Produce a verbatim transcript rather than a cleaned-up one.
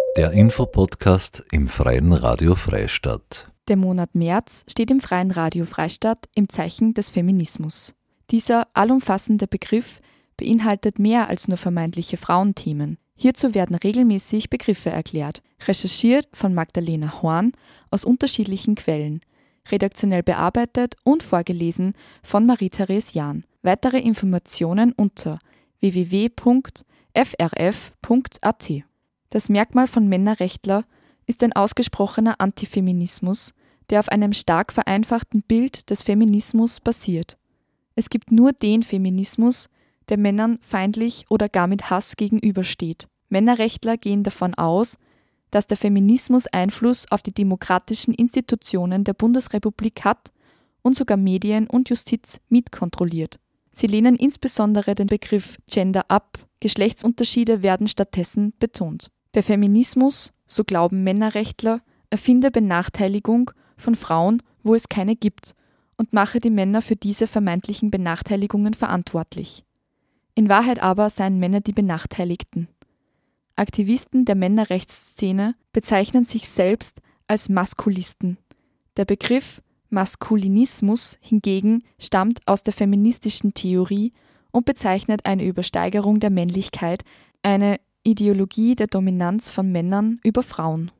Der Infopodcast im Freien Radio Freistadt. Der Monat März steht im Freien Radio Freistadt im Zeichen des Feminismus. Dieser allumfassende Begriff beinhaltet mehr als nur vermeintliche Frauenthemen. Hierzu werden regelmäßig Begriffe erklärt, recherchiert von Magdalena Horn aus unterschiedlichen Quellen, redaktionell bearbeitet und vorgelesen von Marie-Therese Jahn. Weitere Informationen unter w w w punkt f r f punkt a t. Das Merkmal von Männerrechtler ist ein ausgesprochener Antifeminismus, der auf einem stark vereinfachten Bild des Feminismus basiert. Es gibt nur den Feminismus, der Männern feindlich oder gar mit Hass gegenübersteht. Männerrechtler gehen davon aus, dass der Feminismus Einfluss auf die demokratischen Institutionen der Bundesrepublik hat und sogar Medien und Justiz mitkontrolliert. Sie lehnen insbesondere den Begriff Gender ab, Geschlechtsunterschiede werden stattdessen betont. Der Feminismus, so glauben Männerrechtler, erfinde Benachteiligung von Frauen, wo es keine gibt, und mache die Männer für diese vermeintlichen Benachteiligungen verantwortlich. In Wahrheit aber seien Männer die Benachteiligten. Aktivisten der Männerrechtsszene bezeichnen sich selbst als Maskulisten. Der Begriff Maskulinismus hingegen stammt aus der feministischen Theorie und bezeichnet eine Übersteigerung der Männlichkeit, eine Ideologie der Dominanz von Männern über Frauen.